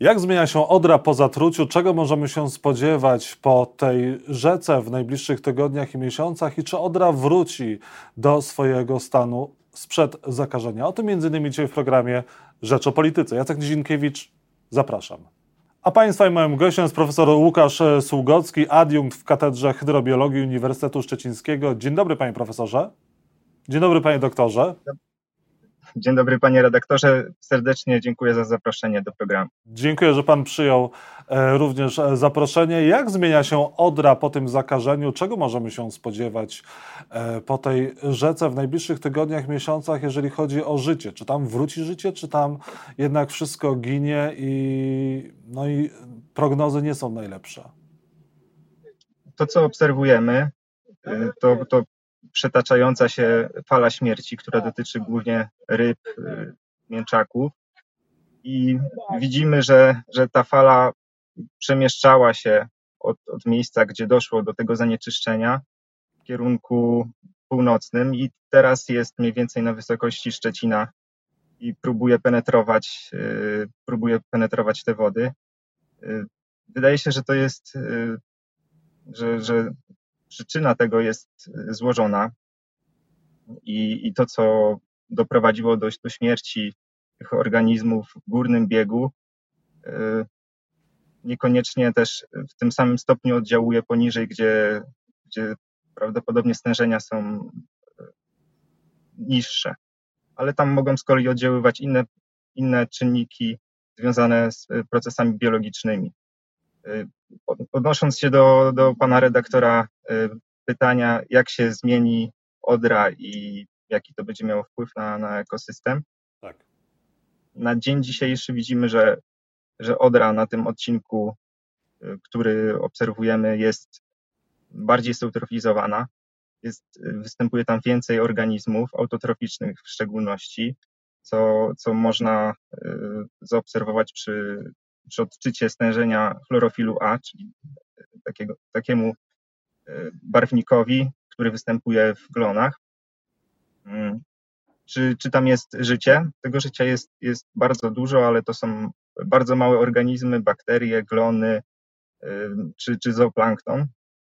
Jak zmienia się Odra po zatruciu? Czego możemy się spodziewać po tej rzece w najbliższych tygodniach i miesiącach? I czy Odra wróci do swojego stanu sprzed zakażenia? O tym m.in. dzisiaj w programie Rzecz o Polityce. Jacek Nizinkiewicz, zapraszam. A Państwa i moim gościem jest profesor Łukasz Sługocki, adiunkt w Katedrze Hydrobiologii Uniwersytetu Szczecińskiego. Dzień dobry, panie profesorze. Dzień dobry, panie doktorze. Dzień dobry, panie redaktorze. Serdecznie dziękuję za zaproszenie do programu. Dziękuję, że pan przyjął również zaproszenie. Jak zmienia się Odra po tym zakażeniu? Czego możemy się spodziewać po tej rzece w najbliższych tygodniach, miesiącach, jeżeli chodzi o życie? Czy tam wróci życie, czy tam jednak wszystko ginie i prognozy nie są najlepsze? To, co obserwujemy, to przetaczająca się fala śmierci, która dotyczy głównie ryb, mięczaków. I widzimy, że ta fala przemieszczała się od miejsca, gdzie doszło do tego zanieczyszczenia w kierunku północnym i teraz jest mniej więcej na wysokości Szczecina i próbuje penetrować te wody. Wydaje się, że to jest, że przyczyna tego jest złożona i to, co doprowadziło do śmierci tych organizmów w górnym biegu, niekoniecznie też w tym samym stopniu oddziałuje poniżej, gdzie prawdopodobnie stężenia są niższe. Ale tam mogą z kolei oddziaływać inne czynniki związane z procesami biologicznymi. Odnosząc się do pana redaktora pytania, jak się zmieni Odra i jaki to będzie miało wpływ na ekosystem. Tak. Na dzień dzisiejszy widzimy, że Odra na tym odcinku, który obserwujemy, jest bardziej zeutrofizowana. Występuje tam więcej organizmów, autotroficznych w szczególności, co można zaobserwować przy odczycie stężenia chlorofilu A, czyli takiemu barwnikowi, który występuje w glonach. Czy tam jest życie? Tego życia jest bardzo dużo, ale to są bardzo małe organizmy, bakterie, glony czy zooplankton.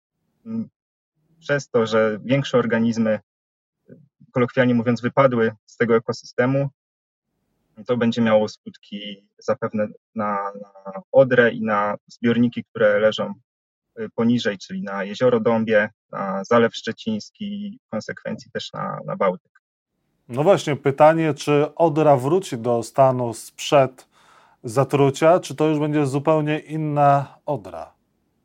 Przez to, że większe organizmy, kolokwialnie mówiąc, wypadły z tego ekosystemu, to będzie miało skutki zapewne na Odrę i na zbiorniki, które leżą poniżej, czyli na Jezioro Dąbie, na Zalew Szczeciński i w konsekwencji też na Bałtyk. No właśnie, pytanie, czy Odra wróci do stanu sprzed zatrucia, czy to już będzie zupełnie inna Odra?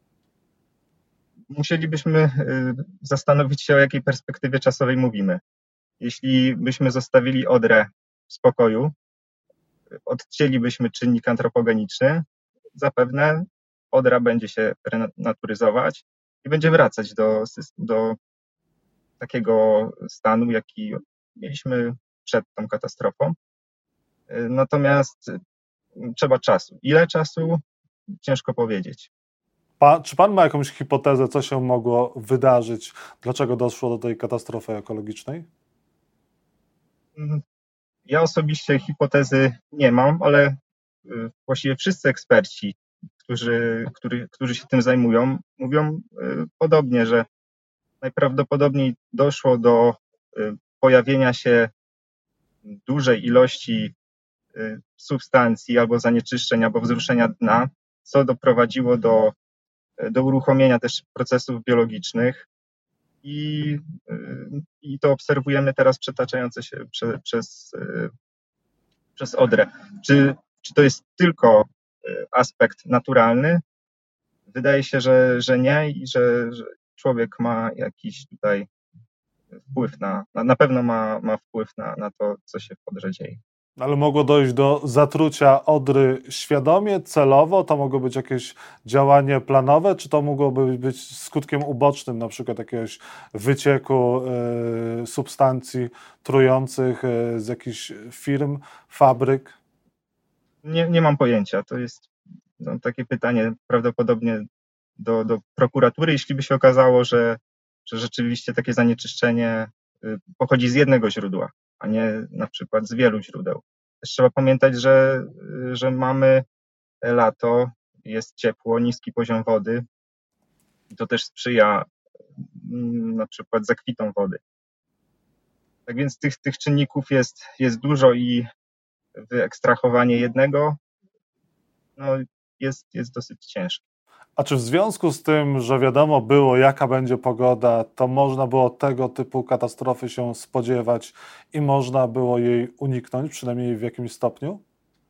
Musielibyśmy zastanowić się, o jakiej perspektywie czasowej mówimy. Jeśli byśmy zostawili Odrę w spokoju, odcięlibyśmy czynnik antropogeniczny, zapewne Odra będzie się renaturyzować i będzie wracać do takiego stanu, jaki mieliśmy przed tą katastrofą. Natomiast trzeba czasu. Ile czasu? Ciężko powiedzieć. Czy pan ma jakąś hipotezę, co się mogło wydarzyć? Dlaczego doszło do tej katastrofy ekologicznej? Ja osobiście hipotezy nie mam, ale właściwie wszyscy eksperci, którzy się tym zajmują, mówią podobnie, że najprawdopodobniej doszło do pojawienia się dużej ilości substancji albo zanieczyszczeń, albo wzruszenia dna, co doprowadziło do uruchomienia też procesów biologicznych i to obserwujemy teraz przetaczające się przez Odrę. Czy to jest tylko aspekt naturalny? Wydaje się, że nie i że człowiek ma jakiś tutaj wpływ na pewno ma wpływ na to, co się w Odrze dzieje. Ale mogło dojść do zatrucia Odry świadomie, celowo? To mogło być jakieś działanie planowe, czy to mogłoby być skutkiem ubocznym, na przykład jakiegoś wycieku substancji trujących z jakichś firm, fabryk? Nie mam pojęcia. To jest takie pytanie prawdopodobnie do prokuratury, jeśli by się okazało, że rzeczywiście takie zanieczyszczenie pochodzi z jednego źródła, a nie na przykład z wielu źródeł. Też trzeba pamiętać, że mamy lato, jest ciepło, niski poziom wody i to też sprzyja na przykład zakwitom wody. Tak więc tych czynników jest dużo i wyekstrahowanie jednego no, jest dosyć ciężkie. A czy w związku z tym, że wiadomo było, jaka będzie pogoda, to można było tego typu katastrofy się spodziewać i można było jej uniknąć, przynajmniej w jakimś stopniu?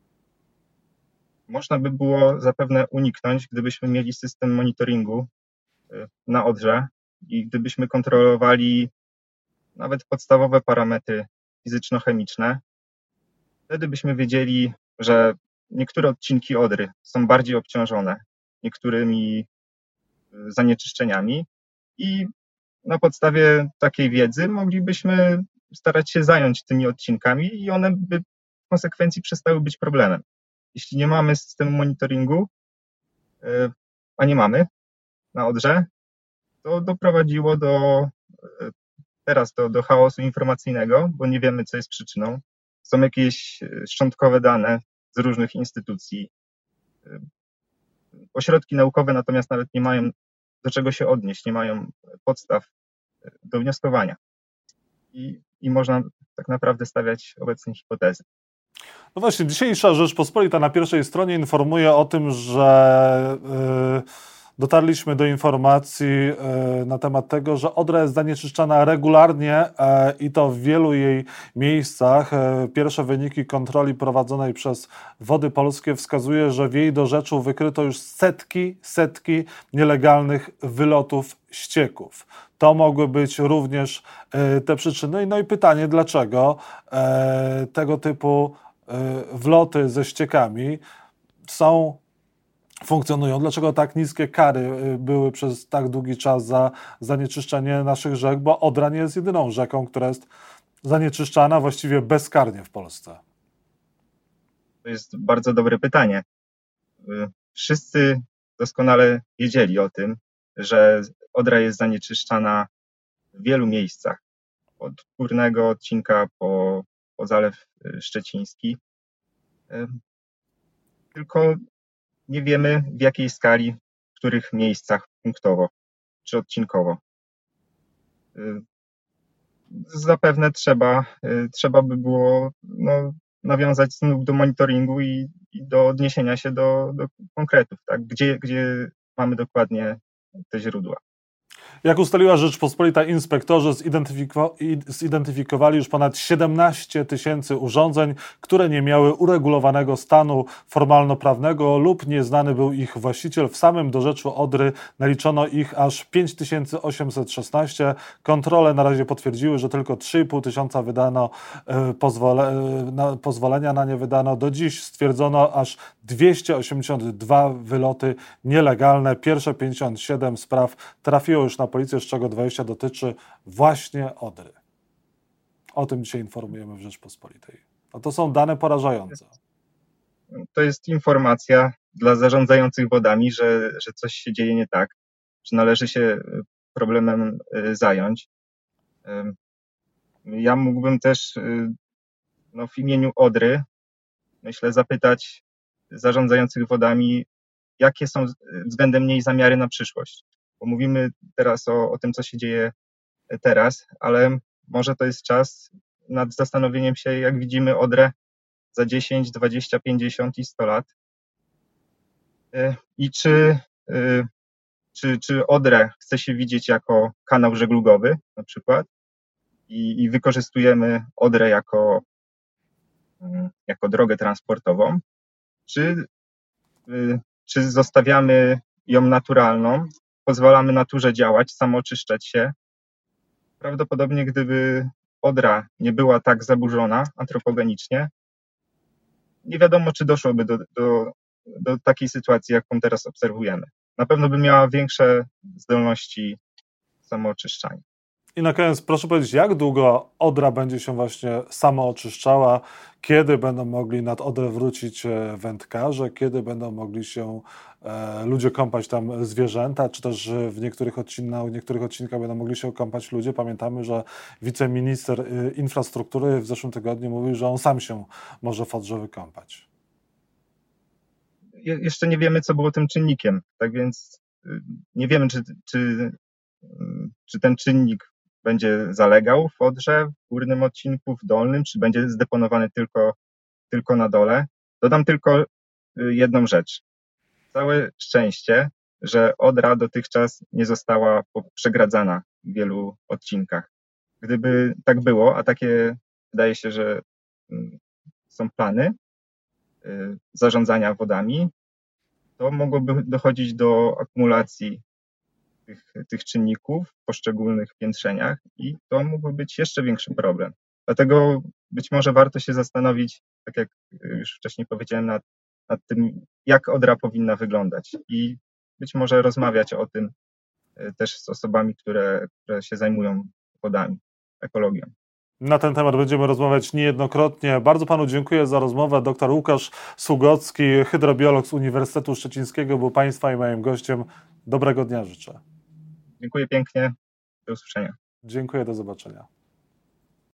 Można by było zapewne uniknąć, gdybyśmy mieli system monitoringu na Odrze i gdybyśmy kontrolowali nawet podstawowe parametry fizyczno-chemiczne. Wtedy byśmy wiedzieli, że niektóre odcinki Odry są bardziej obciążone niektórymi zanieczyszczeniami i na podstawie takiej wiedzy moglibyśmy starać się zająć tymi odcinkami i one by w konsekwencji przestały być problemem. Jeśli nie mamy systemu monitoringu, a nie mamy na Odrze, to doprowadziło teraz do chaosu informacyjnego, bo nie wiemy, co jest przyczyną. Są jakieś szczątkowe dane z różnych instytucji. Ośrodki naukowe natomiast nawet nie mają do czego się odnieść, nie mają podstaw do wnioskowania. I można tak naprawdę stawiać obecnie hipotezy. No właśnie, dzisiejsza Rzeczpospolita na pierwszej stronie informuje o tym, że dotarliśmy do informacji na temat tego, że Odra jest zanieczyszczana regularnie i to w wielu jej miejscach. Pierwsze wyniki kontroli prowadzonej przez Wody Polskie wskazuje, że w jej dorzeczu wykryto już setki nielegalnych wylotów ścieków. To mogły być również te przyczyny. No i pytanie, dlaczego tego typu wloty ze ściekami funkcjonują, dlaczego tak niskie kary były przez tak długi czas za zanieczyszczenie naszych rzek, bo Odra nie jest jedyną rzeką, która jest zanieczyszczana właściwie bezkarnie w Polsce. To jest bardzo dobre pytanie. Wszyscy doskonale wiedzieli o tym, że Odra jest zanieczyszczana w wielu miejscach. Od górnego odcinka po Zalew Szczeciński. Tylko nie wiemy, w jakiej skali, w których miejscach punktowo czy odcinkowo. Zapewne trzeba by było nawiązać znów do monitoringu i do odniesienia się do konkretów, tak? Gdzie mamy dokładnie te źródła. Jak ustaliła Rzeczpospolita, inspektorzy zidentyfikowali już ponad 17 000 urządzeń, które nie miały uregulowanego stanu formalno-prawnego lub nieznany był ich właściciel. W samym dorzeczu Odry naliczono ich aż 5816. Kontrole na razie potwierdziły, że tylko 3500 wydano pozwolenia na nie wydano. Do dziś stwierdzono aż 282 wyloty nielegalne. Pierwsze 57 spraw trafiło już na policję, z czego 20 dotyczy właśnie Odry. O tym dzisiaj informujemy w Rzeczpospolitej. No to są dane porażające. To jest informacja dla zarządzających wodami, że coś się dzieje nie tak, że należy się problemem zająć. Ja mógłbym też w imieniu Odry, myślę, zapytać zarządzających wodami, jakie są względem niej zamiary na przyszłość. Bo mówimy teraz o tym, co się dzieje teraz, ale może to jest czas nad zastanowieniem się, jak widzimy Odrę za 10, 20, 50 i 100 lat. I czy Odrę chce się widzieć jako kanał żeglugowy na przykład i wykorzystujemy Odrę jako drogę transportową, czy zostawiamy ją naturalną, pozwalamy naturze działać, samooczyszczać się. Prawdopodobnie gdyby Odra nie była tak zaburzona antropogenicznie, nie wiadomo, czy doszłoby do takiej sytuacji, jaką teraz obserwujemy. Na pewno by miała większe zdolności samooczyszczania. I na koniec proszę powiedzieć, jak długo Odra będzie się właśnie samooczyszczała, kiedy będą mogli nad Odrę wrócić wędkarze, kiedy będą mogli się ludzie kąpać tam zwierzęta, czy też na niektórych odcinkach będą mogli się kąpać ludzie. Pamiętamy, że wiceminister infrastruktury w zeszłym tygodniu mówił, że on sam się może w Odrze wykąpać. jeszcze nie wiemy, co było tym czynnikiem. Tak więc nie wiemy, czy ten czynnik będzie zalegał w Odrze, w górnym odcinku, w dolnym, czy będzie zdeponowany tylko na dole. Dodam tylko jedną rzecz. Całe szczęście, że Odra dotychczas nie została przegradzana w wielu odcinkach. Gdyby tak było, a takie wydaje się, że są plany zarządzania wodami, to mogłoby dochodzić do akumulacji tych czynników w poszczególnych piętrzeniach i to mógłby być jeszcze większy problem. Dlatego być może warto się zastanowić, tak jak już wcześniej powiedziałem, nad tym, jak Odra powinna wyglądać i być może rozmawiać o tym też z osobami, które się zajmują wodami, ekologią. Na ten temat będziemy rozmawiać niejednokrotnie. Bardzo panu dziękuję za rozmowę. Dr Łukasz Sługocki, hydrobiolog z Uniwersytetu Szczecińskiego, był państwa i moim gościem. Dobrego dnia życzę. Dziękuję pięknie. Do usłyszenia. Dziękuję, do zobaczenia.